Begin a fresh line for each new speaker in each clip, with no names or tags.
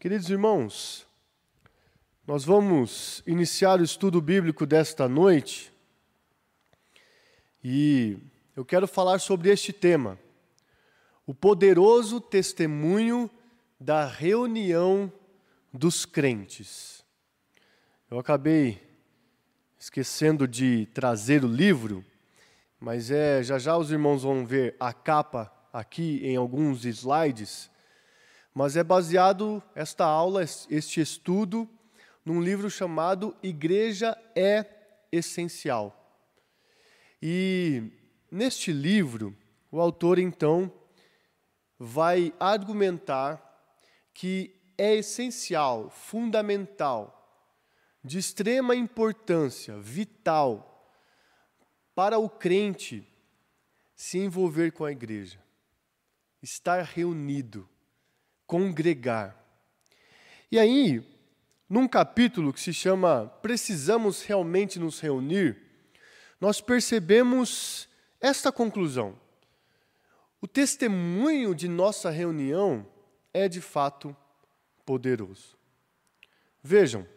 Queridos irmãos, nós vamos iniciar o estudo bíblico desta noite e eu quero falar sobre este tema, o poderoso testemunho da reunião dos crentes. Eu acabei esquecendo de trazer o livro, mas já os irmãos vão ver a capa aqui em alguns slides, mas é baseado esta aula, este estudo, num livro chamado Igreja é Essencial. E neste livro, o autor então vai argumentar que é essencial, fundamental, de extrema importância, vital, para o crente se envolver com a igreja, estar reunido, congregar. E aí, num capítulo que se chama Precisamos Realmente Nos Reunir, nós percebemos esta conclusão. O testemunho de nossa reunião é de fato poderoso. Vejam,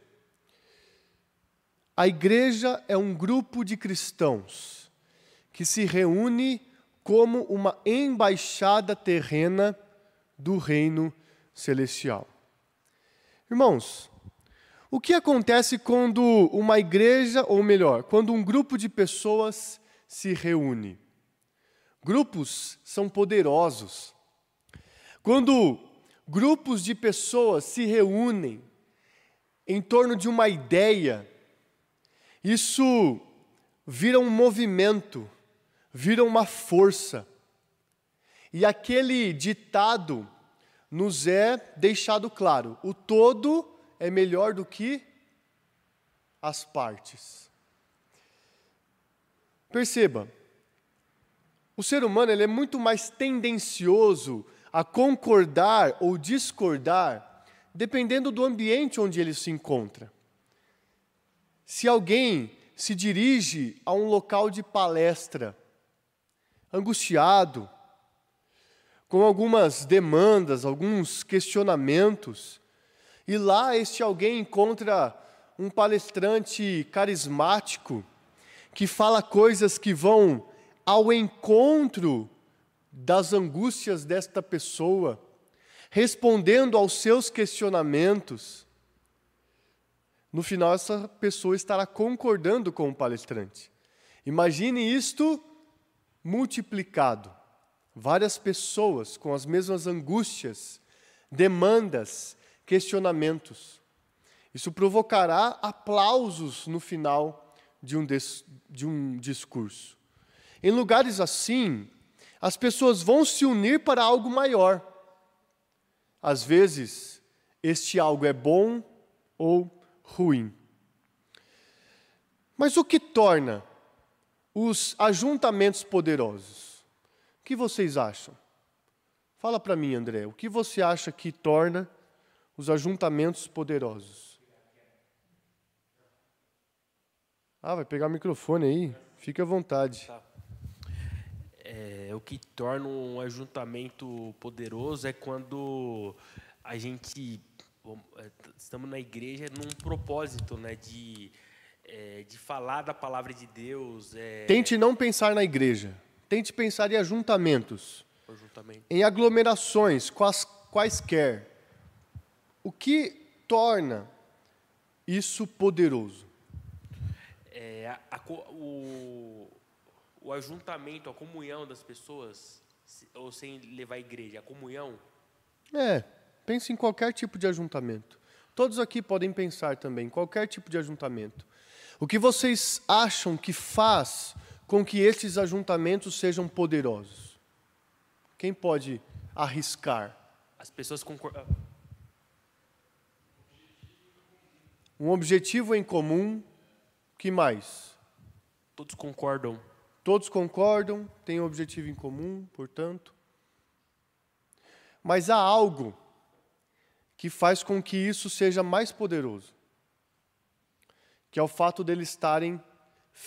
a igreja é um grupo de cristãos que se reúne como uma embaixada terrena do reino celestial. Irmãos, o que acontece quando uma igreja, ou melhor, quando um grupo de pessoas se reúne? Grupos são poderosos. Quando grupos de pessoas se reúnem em torno de uma ideia, isso vira um movimento, vira uma força. E aquele ditado nos é deixado claro: o todo é melhor do que as partes. Perceba, o ser humano ele é muito mais tendencioso a concordar ou discordar dependendo do ambiente onde ele se encontra. Se alguém se dirige a um local de palestra, angustiado, com algumas demandas, alguns questionamentos, e lá este alguém encontra um palestrante carismático que fala coisas que vão ao encontro das angústias desta pessoa, respondendo aos seus questionamentos, no final essa pessoa estará concordando com o palestrante. Imagine isto multiplicado. Várias pessoas com as mesmas angústias, demandas, questionamentos. Isso provocará aplausos no final de um discurso. Em lugares assim, as pessoas vão se unir para algo maior. Às vezes, este algo é bom ou ruim. Mas o que torna os ajuntamentos poderosos? O que vocês acham? Fala para mim, André, o que você acha que torna os ajuntamentos poderosos? Vai pegar o microfone aí? Fique à vontade.
Tá. O que torna um ajuntamento poderoso é quando a gente estamos na igreja num propósito, né, de falar da palavra de Deus.
Tente não pensar na igreja. Tente pensar em ajuntamentos, em aglomerações, quaisquer. O que torna isso poderoso?
O ajuntamento, a comunhão das pessoas, ou sem levar a igreja, a comunhão.
Pense em qualquer tipo de ajuntamento. Todos aqui podem pensar também em qualquer tipo de ajuntamento. O que vocês acham que faz com que estes ajuntamentos sejam poderosos? Quem pode arriscar?
As pessoas concordam.
Um objetivo em comum. Que mais?
Todos concordam.
Todos concordam, têm um objetivo em comum, portanto. Mas há algo que faz com que isso seja mais poderoso, que é o fato deles estarem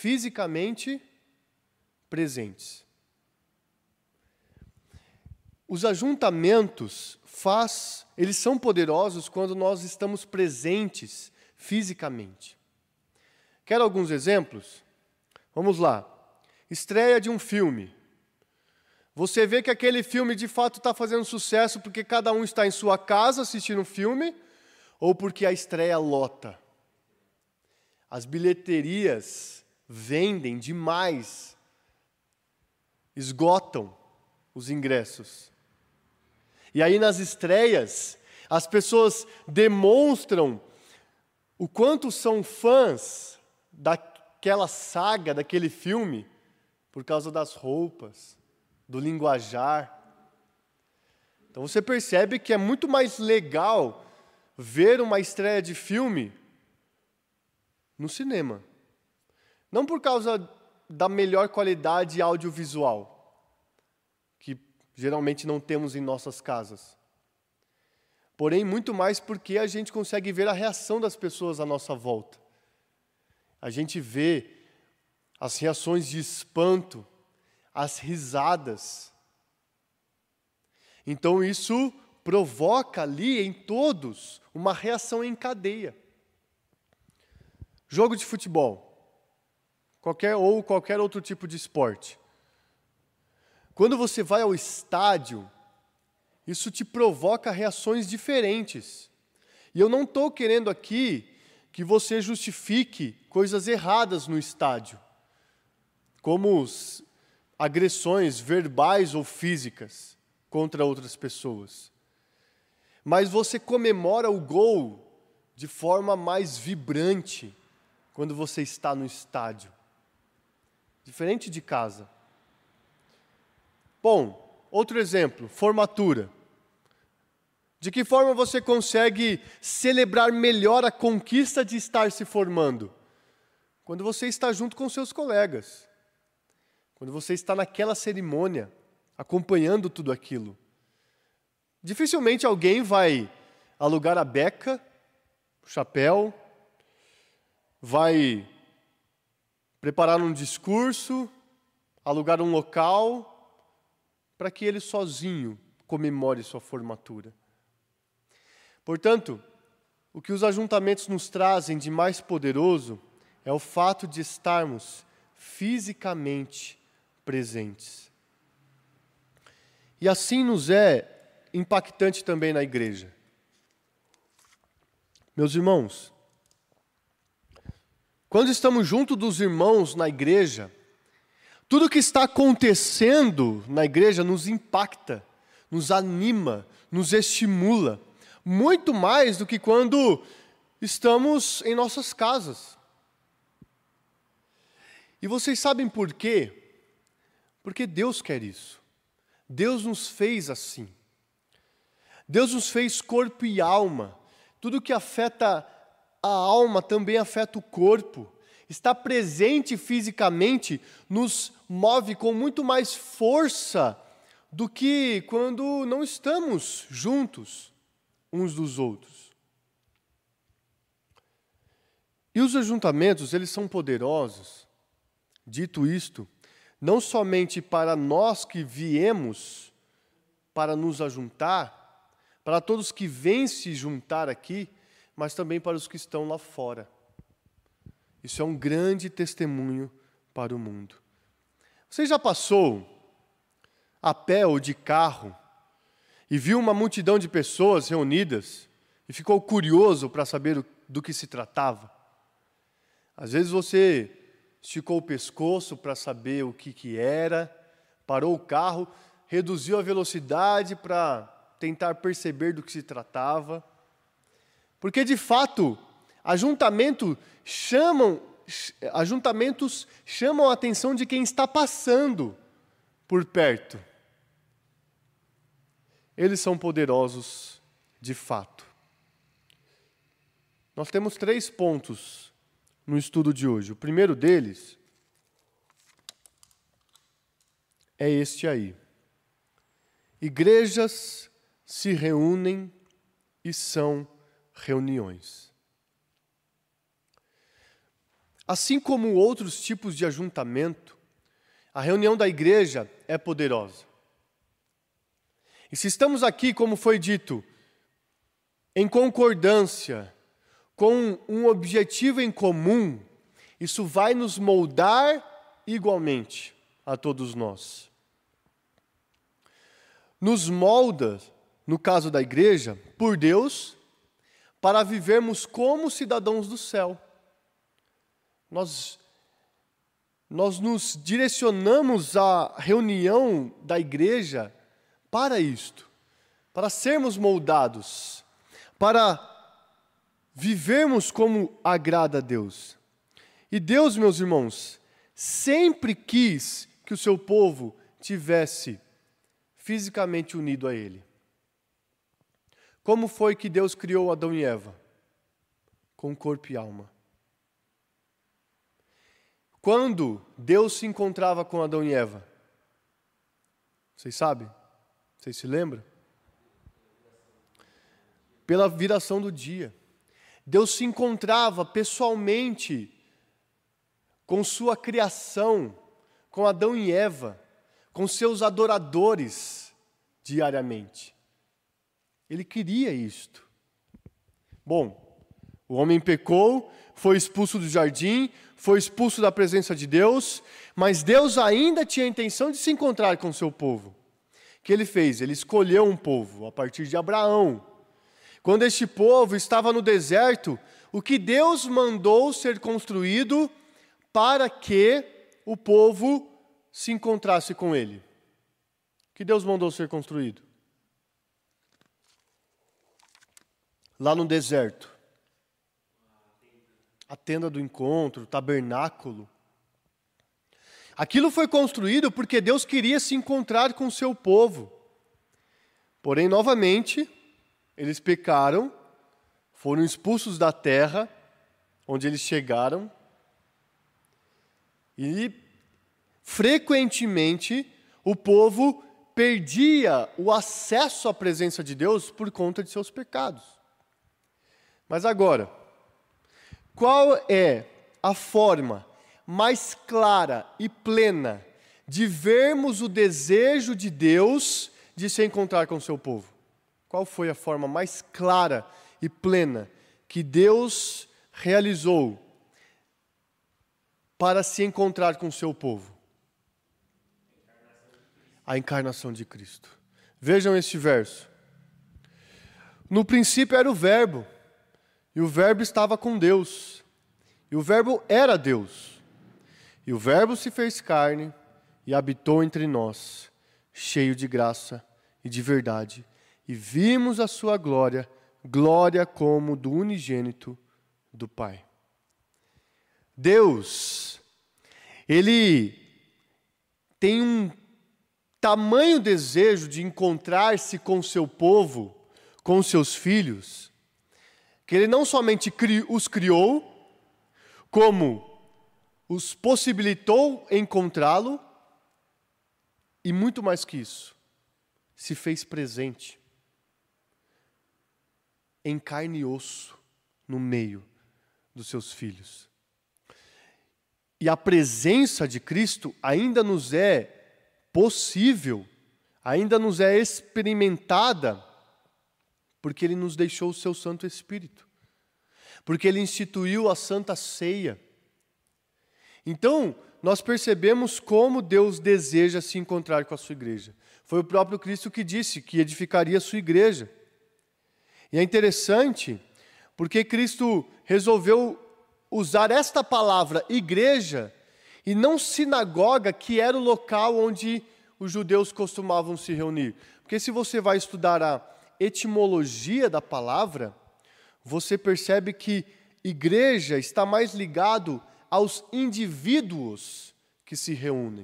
fisicamente presentes. Os ajuntamentos eles são poderosos quando nós estamos presentes fisicamente. Quer alguns exemplos? Vamos lá. Estreia de um filme. Você vê que aquele filme de fato está fazendo sucesso porque cada um está em sua casa assistindo um filme ou porque a estreia lota. As bilheterias vendem demais, esgotam os ingressos. E aí nas estreias, as pessoas demonstram o quanto são fãs daquela saga, daquele filme, por causa das roupas, do linguajar. Então você percebe que é muito mais legal ver uma estreia de filme no cinema. Não por causa da melhor qualidade audiovisual, que geralmente não temos em nossas casas. Porém, muito mais porque a gente consegue ver a reação das pessoas à nossa volta. A gente vê as reações de espanto, as risadas. Então isso provoca ali em todos uma reação em cadeia. Jogo de futebol, qualquer outro tipo de esporte. Quando você vai ao estádio, isso te provoca reações diferentes. E eu não estou querendo aqui que você justifique coisas erradas no estádio, como agressões verbais ou físicas contra outras pessoas. Mas você comemora o gol de forma mais vibrante quando você está no estádio, diferente de casa. Bom, outro exemplo, formatura. De que forma você consegue celebrar melhor a conquista de estar se formando? Quando você está junto com seus colegas. Quando você está naquela cerimônia, acompanhando tudo aquilo. Dificilmente alguém vai alugar a beca, o chapéu, vai preparar um discurso, alugar um local, para que ele sozinho comemore sua formatura. Portanto, o que os ajuntamentos nos trazem de mais poderoso é o fato de estarmos fisicamente presentes. E assim nos é impactante também na igreja. Meus irmãos, quando estamos junto dos irmãos na igreja, tudo que está acontecendo na igreja nos impacta, nos anima, nos estimula, muito mais do que quando estamos em nossas casas. E vocês sabem por quê? Porque Deus quer isso. Deus nos fez assim. Deus nos fez corpo e alma. Tudo que afeta a alma também afeta o corpo. Estar presente fisicamente nos move com muito mais força do que quando não estamos juntos uns dos outros. E os ajuntamentos, eles são poderosos, dito isto, não somente para nós que viemos para nos ajuntar, para todos que vêm se juntar aqui, mas também para os que estão lá fora. Isso é um grande testemunho para o mundo. Você já passou a pé ou de carro e viu uma multidão de pessoas reunidas e ficou curioso para saber do que se tratava? Às vezes você esticou o pescoço para saber o que era, parou o carro, reduziu a velocidade para tentar perceber do que se tratava. Porque, de fato, ajuntamentos chamam a atenção de quem está passando por perto. Eles são poderosos de fato. Nós temos 3 pontos no estudo de hoje. O primeiro deles é este aí. Igrejas se reúnem e são reuniões. Assim como outros tipos de ajuntamento, a reunião da igreja é poderosa. E se estamos aqui, como foi dito, em concordância, com um objetivo em comum, isso vai nos moldar igualmente a todos nós. Nos molda, no caso da igreja, por Deus, para vivermos como cidadãos do céu. Nós nos direcionamos à reunião da igreja para isto, para sermos moldados, para vivermos como agrada a Deus. E Deus, meus irmãos, sempre quis que o seu povo tivesse fisicamente unido a Ele. Como foi que Deus criou Adão e Eva? Com corpo e alma. Quando Deus se encontrava com Adão e Eva? Vocês sabem? Vocês se lembram? Pela viração do dia. Deus se encontrava pessoalmente com sua criação, com Adão e Eva, com seus adoradores diariamente. Ele queria isto. Bom, o homem pecou, foi expulso do jardim, foi expulso da presença de Deus, mas Deus ainda tinha a intenção de se encontrar com o seu povo. O que ele fez? Ele escolheu um povo, a partir de Abraão. Quando este povo estava no deserto, o que Deus mandou ser construído para que o povo se encontrasse com ele? O que Deus mandou ser construído? Lá no deserto. A tenda do encontro, o tabernáculo. Aquilo foi construído porque Deus queria se encontrar com o seu povo. Porém, novamente, eles pecaram, foram expulsos da terra onde eles chegaram e, frequentemente, o povo perdia o acesso à presença de Deus por conta de seus pecados. Mas agora, qual é a forma mais clara e plena de vermos o desejo de Deus de se encontrar com o seu povo? Qual foi a forma mais clara e plena que Deus realizou para se encontrar com o seu povo? A encarnação de Cristo. Vejam este verso. No princípio era o Verbo, e o Verbo estava com Deus, e o Verbo era Deus. E o Verbo se fez carne e habitou entre nós, cheio de graça e de verdade. E vimos a sua glória, glória como do unigênito do Pai. Deus, Ele tem um tamanho desejo de encontrar-se com o seu povo, com os seus filhos, que Ele não somente os criou, como os possibilitou encontrá-lo, e muito mais que isso, se fez presente em carne e osso no meio dos seus filhos. E a presença de Cristo ainda nos é possível, ainda nos é experimentada, porque Ele nos deixou o seu Santo Espírito, porque Ele instituiu a Santa Ceia. Então, nós percebemos como Deus deseja se encontrar com a sua igreja. Foi o próprio Cristo que disse que edificaria a sua igreja. E é interessante, porque Cristo resolveu usar esta palavra igreja e não sinagoga, que era o local onde os judeus costumavam se reunir. Porque se você vai estudar a etimologia da palavra, você percebe que igreja está mais ligado aos indivíduos que se reúnem,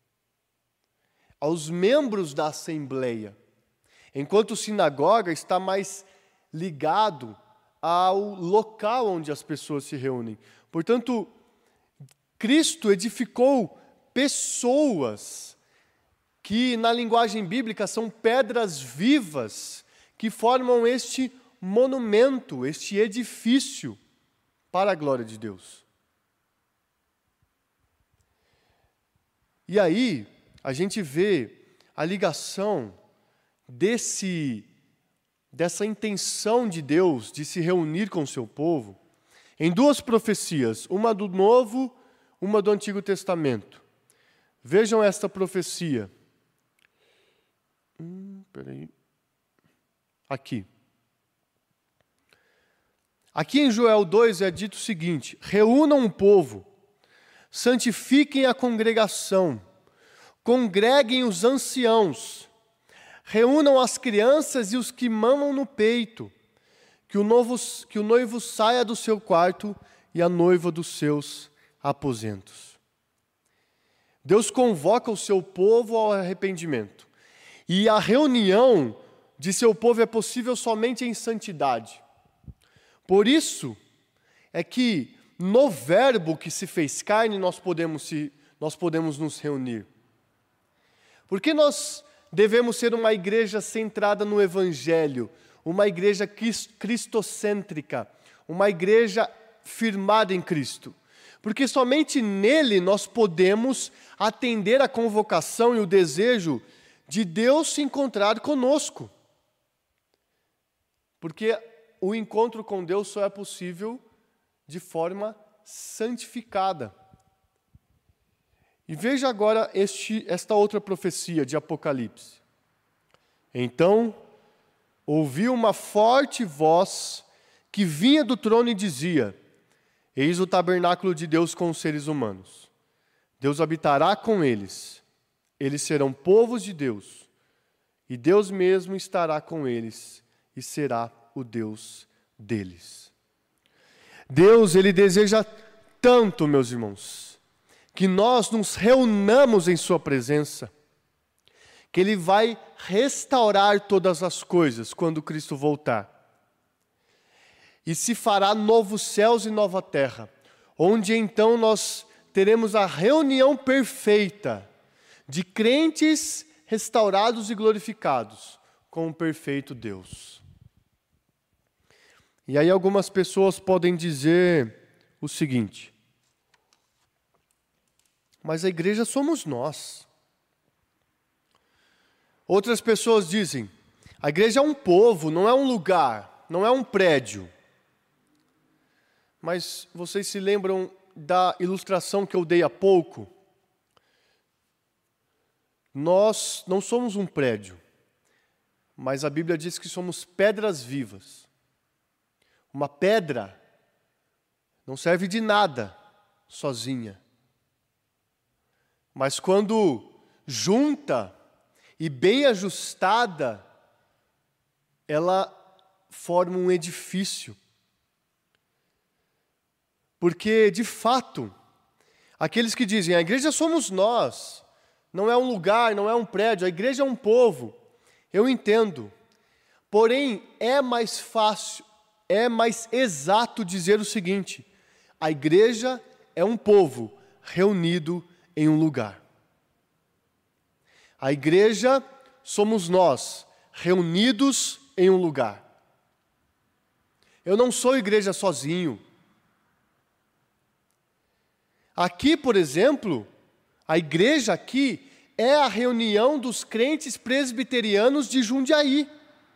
aos membros da assembleia, enquanto sinagoga está mais ligado ao local onde as pessoas se reúnem. Portanto, Cristo edificou pessoas que, na linguagem bíblica, são pedras vivas que formam este monumento, este edifício para a glória de Deus. E aí, a gente vê a ligação dessa intenção de Deus de se reunir com o seu povo em duas profecias, uma do Novo, uma do Antigo Testamento. Vejam esta profecia. Aqui. Aqui em Joel 2 é dito o seguinte: reúnam o povo, santifiquem a congregação, congreguem os anciãos, reúnam as crianças e os que mamam no peito, que o noivo saia do seu quarto e a noiva dos seus aposentos. Deus convoca o seu povo ao arrependimento. E a reunião de seu povo é possível somente em santidade. Por isso é que no Verbo que se fez carne nós podemos nos reunir. Porque nós devemos ser uma igreja centrada no Evangelho, uma igreja cristocêntrica, uma igreja firmada em Cristo. Porque somente nele nós podemos atender a convocação e o desejo de Deus se encontrar conosco. Porque o encontro com Deus só é possível de forma santificada. E veja agora esta outra profecia de Apocalipse. Então, ouvi uma forte voz que vinha do trono e dizia: eis o tabernáculo de Deus com os seres humanos. Deus habitará com eles. Eles serão povos de Deus. E Deus mesmo estará com eles e será o Deus deles. Deus, Ele deseja tanto, meus irmãos, que nós nos reunamos em sua presença, que Ele vai restaurar todas as coisas quando Cristo voltar. E se fará novos céus e nova terra, onde então nós teremos a reunião perfeita de crentes restaurados e glorificados com o perfeito Deus. E aí algumas pessoas podem dizer o seguinte: mas a igreja somos nós. Outras pessoas dizem: a igreja é um povo, não é um lugar, não é um prédio. Mas vocês se lembram da ilustração que eu dei há pouco? Nós não somos um prédio, mas a Bíblia diz que somos pedras vivas. Uma pedra não serve de nada sozinha. Mas quando junta e bem ajustada, ela forma um edifício. Porque, de fato, aqueles que dizem: a igreja somos nós, não é um lugar, não é um prédio, a igreja é um povo. Eu entendo. Porém, é mais fácil, é mais exato dizer o seguinte: a igreja é um povo reunido em um lugar. A igreja somos nós, reunidos em um lugar. Eu não sou igreja sozinho. Aqui, por exemplo, a igreja aqui é a reunião dos crentes presbiterianos de Jundiaí.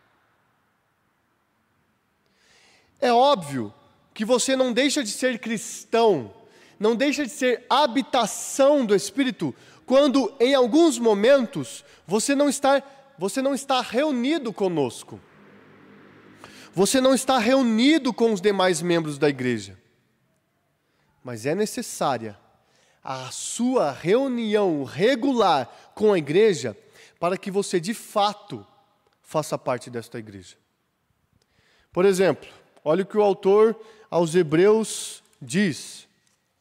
É óbvio que você não deixa de ser cristão, não deixa de ser habitação do Espírito, quando em alguns momentos você não está reunido conosco. Você não está reunido com os demais membros da igreja. Mas é necessária a sua reunião regular com a igreja para que você de fato faça parte desta igreja. Por exemplo, olha o que o autor aos Hebreus diz: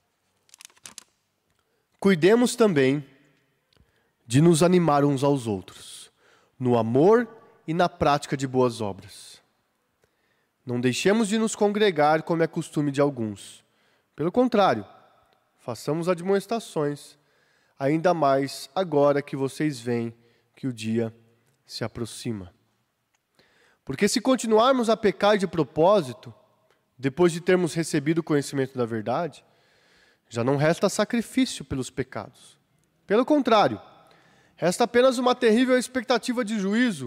cuidemos também de nos animar uns aos outros, no amor e na prática de boas obras. Não deixemos de nos congregar como é costume de alguns. Pelo contrário, façamos admoestações, ainda mais agora que vocês veem que o dia se aproxima. Porque se continuarmos a pecar de propósito, depois de termos recebido o conhecimento da verdade, já não resta sacrifício pelos pecados. Pelo contrário, resta apenas uma terrível expectativa de juízo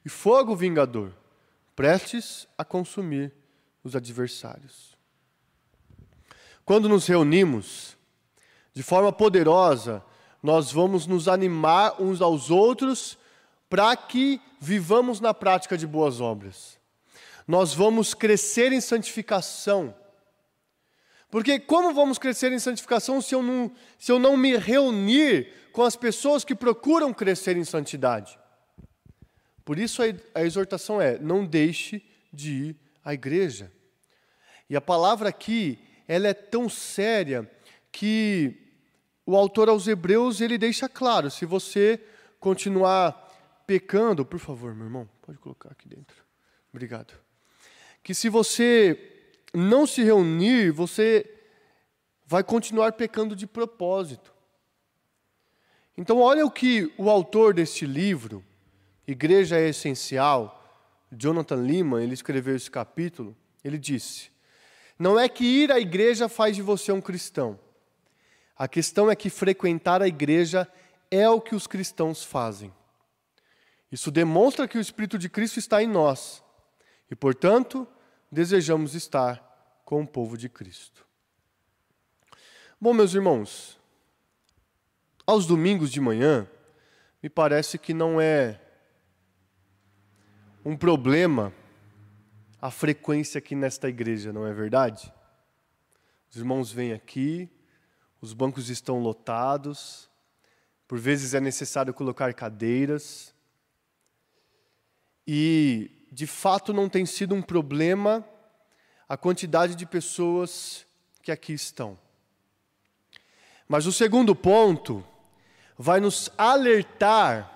e fogo vingador, prestes a consumir os adversários. Quando nos reunimos, de forma poderosa, nós vamos nos animar uns aos outros para que vivamos na prática de boas obras. Nós vamos crescer em santificação. Porque como vamos crescer em santificação se eu não me reunir com as pessoas que procuram crescer em santidade? Por isso a exortação é: não deixe de ir à igreja. E a palavra aqui, ela é tão séria que o autor aos Hebreus, ele deixa claro: se você continuar pecando, por favor, meu irmão, pode colocar aqui dentro. Obrigado. Que se você não se reunir, você vai continuar pecando de propósito. Então, olha o que o autor deste livro, Igreja é Essencial, Jonathan Leeman, ele escreveu esse capítulo, ele disse: não é que ir à igreja faz de você um cristão. A questão é que frequentar a igreja é o que os cristãos fazem. Isso demonstra que o Espírito de Cristo está em nós e, portanto, desejamos estar com o povo de Cristo. Bom, meus irmãos, aos domingos de manhã, me parece que não é um problema a frequência aqui nesta igreja, não é verdade? Os irmãos vêm aqui, os bancos estão lotados, por vezes é necessário colocar cadeiras, e de fato não tem sido um problema a quantidade de pessoas que aqui estão. Mas o segundo ponto vai nos alertar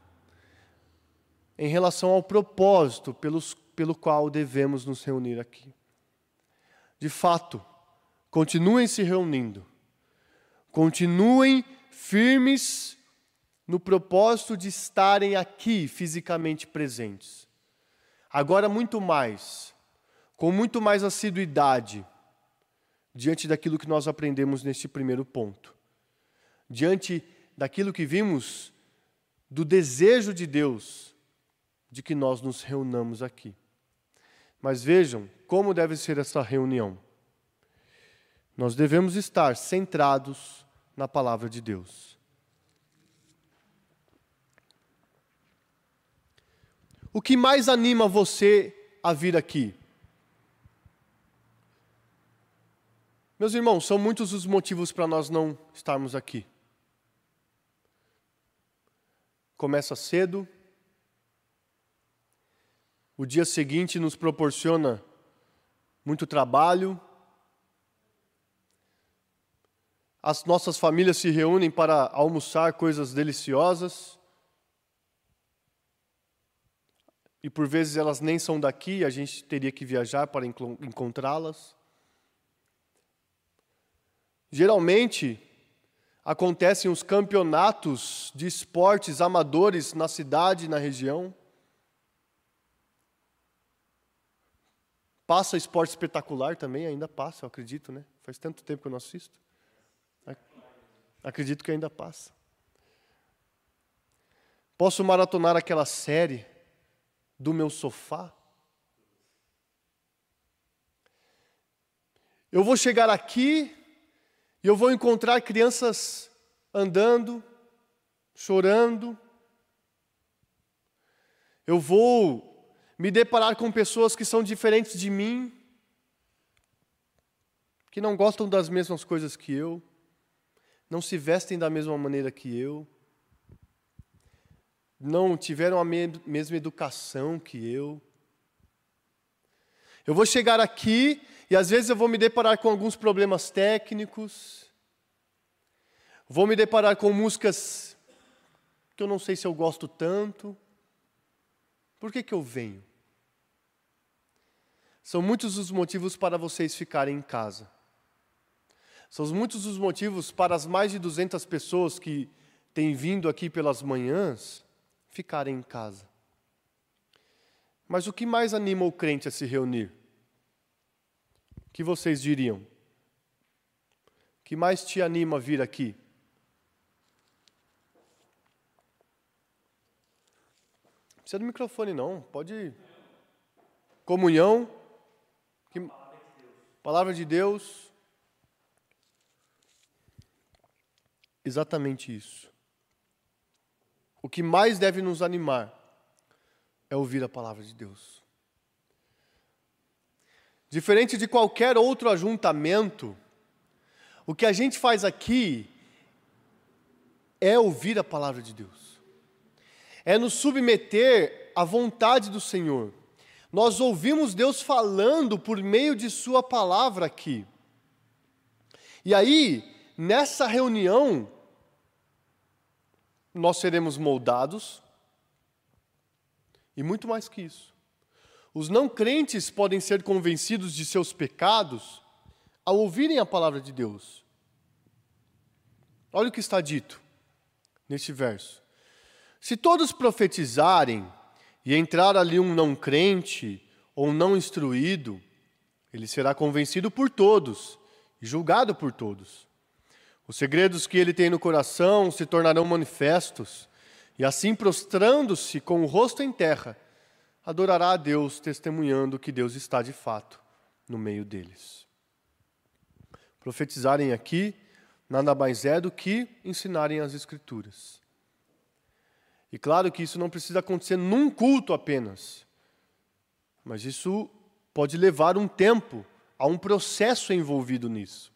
em relação ao propósito pelo qual devemos nos reunir aqui. De fato, continuem se reunindo. Continuem firmes no propósito de estarem aqui fisicamente presentes. Agora muito mais, com muito mais assiduidade, diante daquilo que nós aprendemos neste primeiro ponto. Diante daquilo que vimos do desejo de Deus de que nós nos reunamos aqui. Mas vejam como deve ser essa reunião. Nós devemos estar centrados na palavra de Deus. O que mais anima você a vir aqui? Meus irmãos, são muitos os motivos para nós não estarmos aqui. Começa cedo. O dia seguinte nos proporciona muito trabalho. As nossas famílias se reúnem para almoçar coisas deliciosas. E por vezes elas nem são daqui, a gente teria que viajar para encontrá-las. Geralmente, acontecem os campeonatos de esportes amadores na cidade, na região. Passa esporte espetacular também, ainda passa, eu acredito, né? Faz tanto tempo que eu não assisto. Acredito que ainda passa. Posso maratonar aquela série do meu sofá? Eu vou chegar aqui e eu vou encontrar crianças andando, chorando. Eu vou me deparar com pessoas que são diferentes de mim, que não gostam das mesmas coisas que eu, não se vestem da mesma maneira que eu, não tiveram a mesma educação que eu. Eu vou chegar aqui e às vezes eu vou me deparar com alguns problemas técnicos, vou me deparar com músicas que eu não sei se eu gosto tanto. Por que eu venho? São muitos os motivos para vocês ficarem em casa. São muitos os motivos para as mais de 200 pessoas que têm vindo aqui pelas manhãs ficarem em casa. Mas o que mais anima o crente a se reunir? O que vocês diriam? O que mais te anima a vir aqui? precisa do microfone não, pode... Comunhão. Palavra de Deus. Exatamente isso. O que mais deve nos animar é ouvir a palavra de Deus. Diferente de qualquer outro ajuntamento, o que a gente faz aqui é ouvir a palavra de Deus. É nos submeter à vontade do Senhor. Nós ouvimos Deus falando por meio de sua palavra aqui. E aí, nessa reunião, nós seremos moldados, e muito mais que isso. Os não crentes podem ser convencidos de seus pecados ao ouvirem a palavra de Deus. Olha o que está dito neste verso. Se todos profetizarem e entrar ali um não crente ou um não instruído, ele será convencido por todos e julgado por todos. Os segredos que ele tem no coração se tornarão manifestos, e assim, prostrando-se com o rosto em terra, adorará a Deus, testemunhando que Deus está de fato no meio deles. Profetizarem aqui nada mais é do que ensinarem as Escrituras. E claro que isso não precisa acontecer num culto apenas, mas isso pode levar um tempo, há um processo envolvido nisso.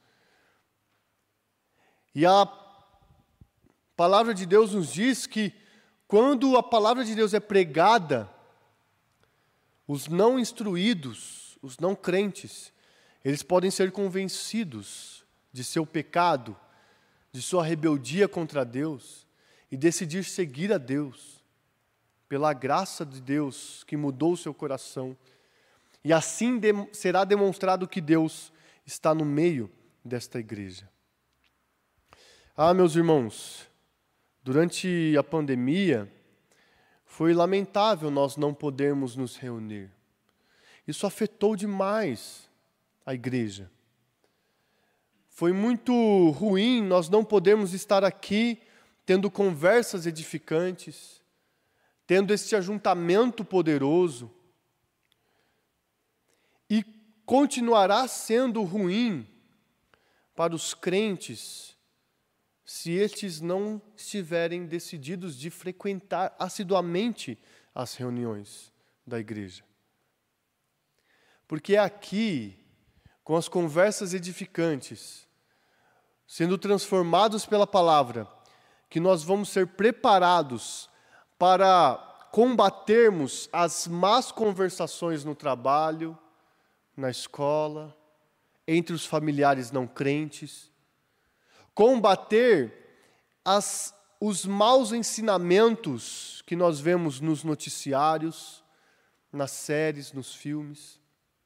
E a palavra de Deus nos diz que quando a palavra de Deus é pregada, os não instruídos, os não crentes, eles podem ser convencidos de seu pecado, de sua rebeldia contra Deus e decidir seguir a Deus, pela graça de Deus que mudou o seu coração. E assim será demonstrado que Deus está no meio desta igreja. Ah, meus irmãos, durante a pandemia, foi lamentável nós não podermos nos reunir. Isso afetou demais a igreja. Foi muito ruim nós não podermos estar aqui tendo conversas edificantes, tendo este ajuntamento poderoso. E continuará sendo ruim para os crentes se estes não estiverem decididos de frequentar assiduamente as reuniões da igreja. Porque é aqui, com as conversas edificantes, sendo transformados pela palavra, que nós vamos ser preparados para combatermos as más conversações no trabalho, na escola, entre os familiares não crentes, combater os maus ensinamentos que nós vemos nos noticiários, nas séries, nos filmes.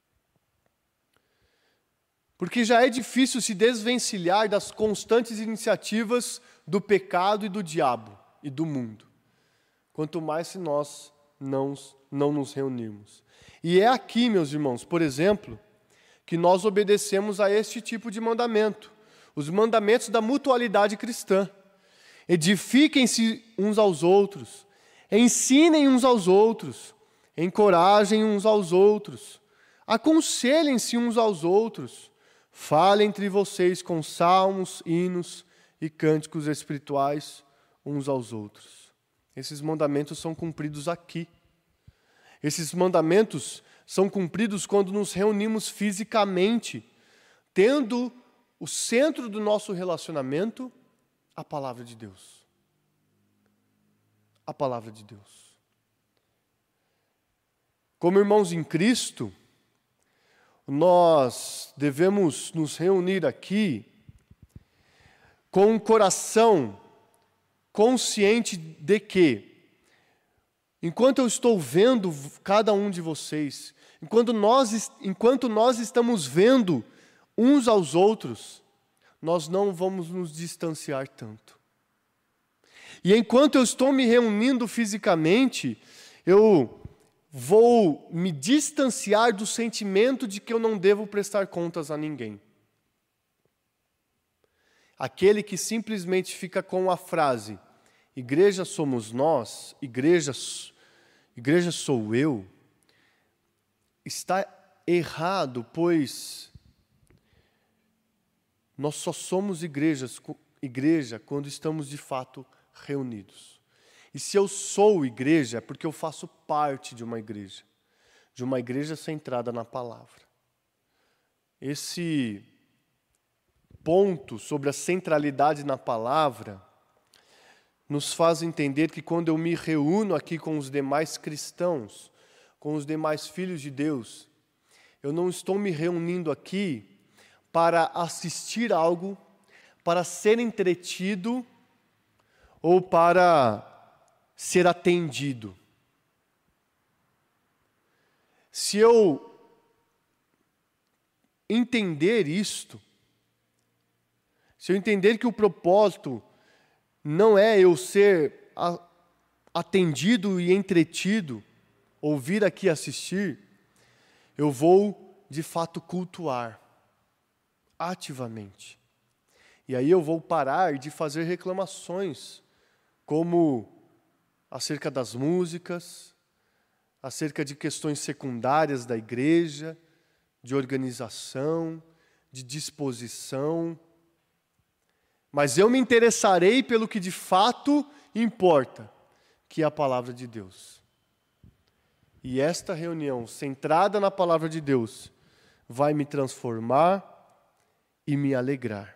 Porque já é difícil se desvencilhar das constantes iniciativas do pecado e do diabo e do mundo. Quanto mais se nós não nos reunirmos. E é aqui, meus irmãos, por exemplo, que nós obedecemos a este tipo de mandamento. Os mandamentos da mutualidade cristã. Edifiquem-se uns aos outros, ensinem uns aos outros, encorajem uns aos outros, aconselhem-se uns aos outros, falem entre vocês com salmos, hinos e cânticos espirituais uns aos outros. Esses mandamentos são cumpridos aqui. Esses mandamentos são cumpridos quando nos reunimos fisicamente, tendo o centro do nosso relacionamento, a palavra de Deus. A palavra de Deus. Como irmãos em Cristo, nós devemos nos reunir aqui com um coração consciente de que, enquanto eu estou vendo cada um de vocês, enquanto nós estamos vendo uns aos outros, nós não vamos nos distanciar tanto. E enquanto eu estou me reunindo fisicamente, eu vou me distanciar do sentimento de que eu não devo prestar contas a ninguém. Aquele que simplesmente fica com a frase, igreja somos nós, igreja igreja sou eu, está errado, pois nós só somos igreja quando estamos de fato reunidos. E se eu sou igreja, é porque eu faço parte de uma igreja centrada na palavra. Esse ponto sobre a centralidade na palavra nos faz entender que quando eu me reúno aqui com os demais cristãos, com os demais filhos de Deus, eu não estou me reunindo aqui para assistir algo, para ser entretido ou para ser atendido. Se eu entender isto, se eu entender que o propósito não é eu ser atendido e entretido, ou vir aqui assistir, eu vou de fato cultuar ativamente. E aí eu vou parar de fazer reclamações, como acerca das músicas, acerca de questões secundárias da igreja, de organização, de disposição. Mas eu me interessarei pelo que de fato importa, que é a palavra de Deus. E esta reunião, centrada na palavra de Deus, vai me transformar e me alegrar.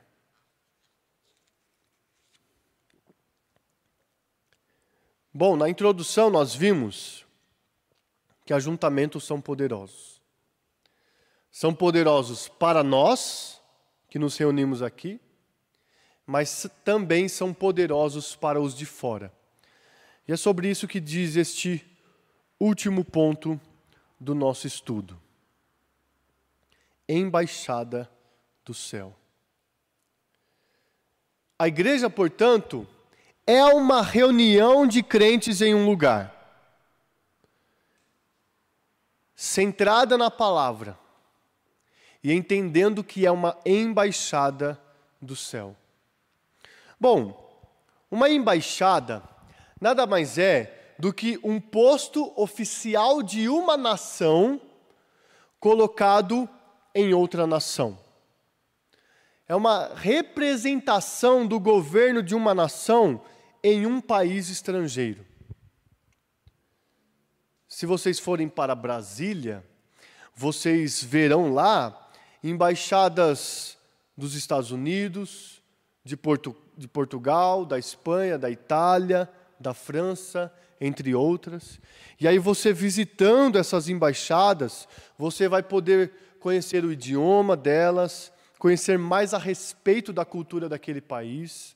Bom, na introdução nós vimos que ajuntamentos são poderosos. São poderosos para nós, que nos reunimos aqui, mas também são poderosos para os de fora. E é sobre isso que diz este último ponto do nosso estudo. Embaixada do céu. A igreja, portanto, é uma reunião de crentes em um lugar, centrada na palavra e entendendo que é uma embaixada do céu. Bom, uma embaixada nada mais é do que um posto oficial de uma nação colocado em outra nação. É uma representação do governo de uma nação em um país estrangeiro. Se vocês forem para Brasília, vocês verão lá embaixadas dos Estados Unidos, de Portugal, da Espanha, da Itália, da França, entre outras. E aí você visitando essas embaixadas, você vai poder conhecer o idioma delas, conhecer mais a respeito da cultura daquele país.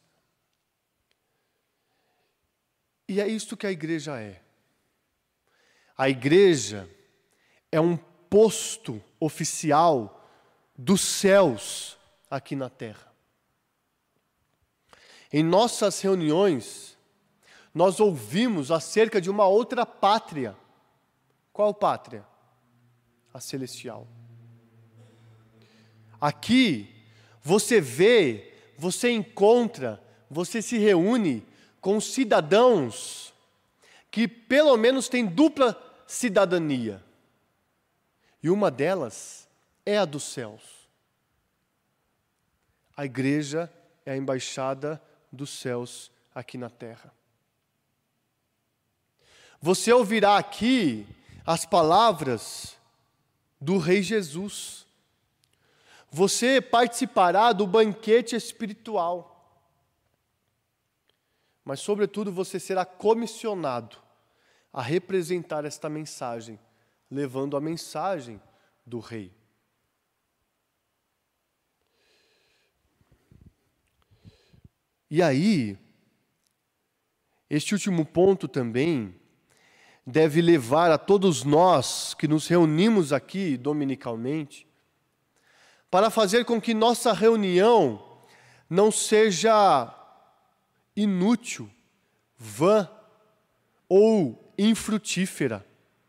E é isto que a igreja é. A igreja é um posto oficial dos céus aqui na terra. Em nossas reuniões, nós ouvimos acerca de uma outra pátria. Qual pátria? A celestial. Aqui, você vê, você encontra, você se reúne com cidadãos que pelo menos têm dupla cidadania. E uma delas é a dos céus. A igreja é a embaixada dos céus aqui na terra. Você ouvirá aqui as palavras do Rei Jesus. Você participará do banquete espiritual. Mas, sobretudo, você será comissionado a representar esta mensagem, levando a mensagem do Rei. E aí, este último ponto também deve levar a todos nós que nos reunimos aqui dominicalmente, para fazer com que nossa reunião não seja inútil, vã ou infrutífera.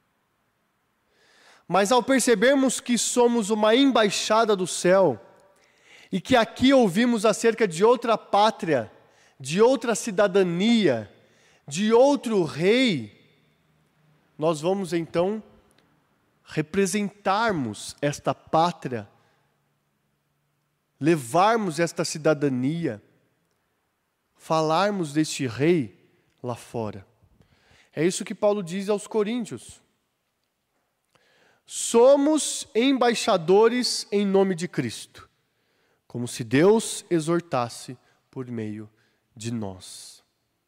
Mas ao percebermos que somos uma embaixada do céu, e que aqui ouvimos acerca de outra pátria, de outra cidadania, de outro rei, nós vamos então representarmos esta pátria, levarmos esta cidadania, falarmos deste rei lá fora. É isso que Paulo diz aos Coríntios. Somos embaixadores em nome de Cristo, como se Deus exortasse por meio de nós.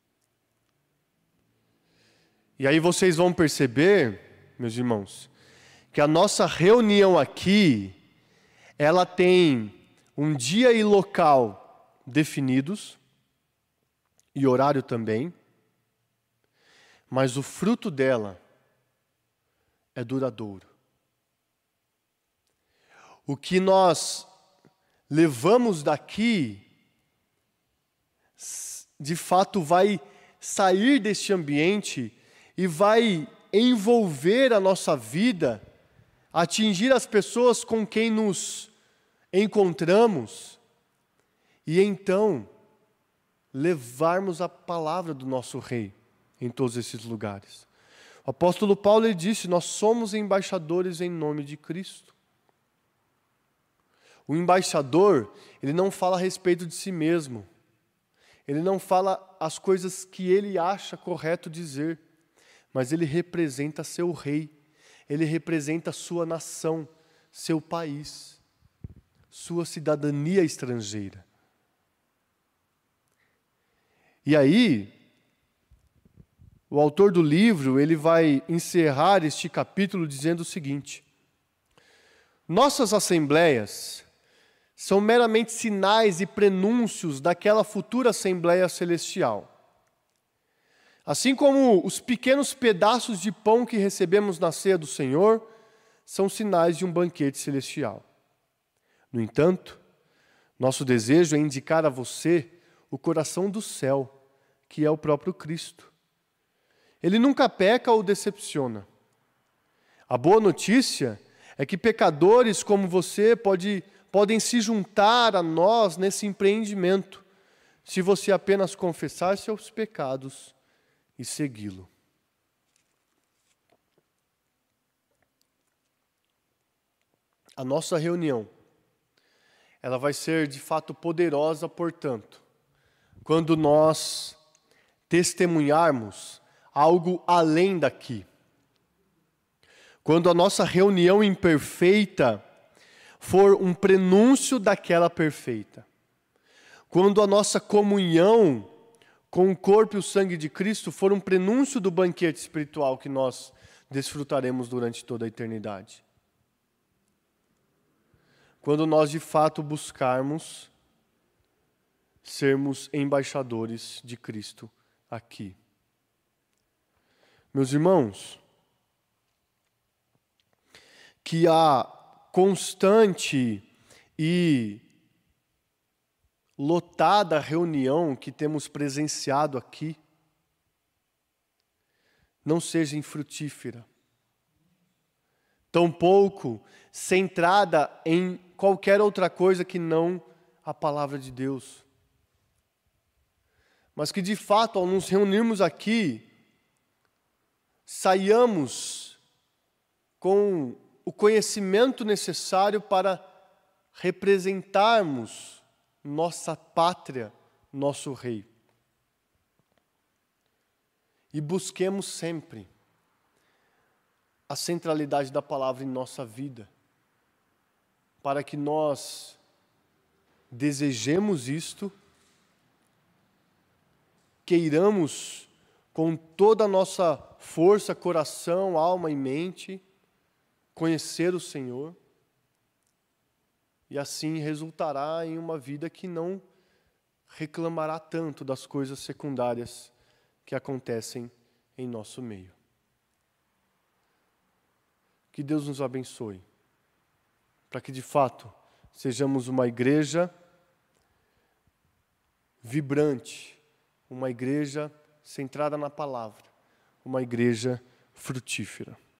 E aí vocês vão perceber, meus irmãos, que a nossa reunião aqui, ela tem um dia e local definidos, e horário também, mas o fruto dela é duradouro. O que nós levamos daqui, de fato vai sair deste ambiente e vai envolver a nossa vida, atingir as pessoas com quem nos encontramos, e então levarmos a palavra do nosso Rei em todos esses lugares. O apóstolo Paulo ele disse: nós somos embaixadores em nome de Cristo. O embaixador, ele não fala a respeito de si mesmo. Ele não fala as coisas que ele acha correto dizer, mas ele representa seu rei, ele representa sua nação, seu país, sua cidadania estrangeira. E aí, o autor do livro, ele vai encerrar este capítulo dizendo o seguinte: nossas assembleias são meramente sinais e prenúncios daquela futura Assembleia Celestial. Assim como os pequenos pedaços de pão que recebemos na ceia do Senhor são sinais de um banquete celestial. No entanto, nosso desejo é indicar a você o coração do céu, que é o próprio Cristo. Ele nunca peca ou decepciona. A boa notícia é que pecadores como você podem se juntar a nós nesse empreendimento, se você apenas confessar seus pecados e segui-lo. A nossa reunião, ela vai ser de fato poderosa, portanto, quando nós testemunharmos algo além daqui. Quando a nossa reunião imperfeita for um prenúncio daquela perfeita. Quando a nossa comunhão com o corpo e o sangue de Cristo for um prenúncio do banquete espiritual que nós desfrutaremos durante toda a eternidade. Quando nós de fato buscarmos sermos embaixadores de Cristo aqui. Meus irmãos, que a constante e lotada reunião que temos presenciado aqui não seja infrutífera, tampouco centrada em qualquer outra coisa que não a palavra de Deus. Mas que de fato, ao nos reunirmos aqui, saiamos com o conhecimento necessário para representarmos nossa pátria, nosso rei. E busquemos sempre a centralidade da palavra em nossa vida, para que nós desejemos isto, queiramos com toda a nossa força, coração, alma e mente, conhecer o Senhor, e assim resultará em uma vida que não reclamará tanto das coisas secundárias que acontecem em nosso meio. Que Deus nos abençoe, para que de fato sejamos uma igreja vibrante, uma igreja centrada na palavra, uma igreja frutífera.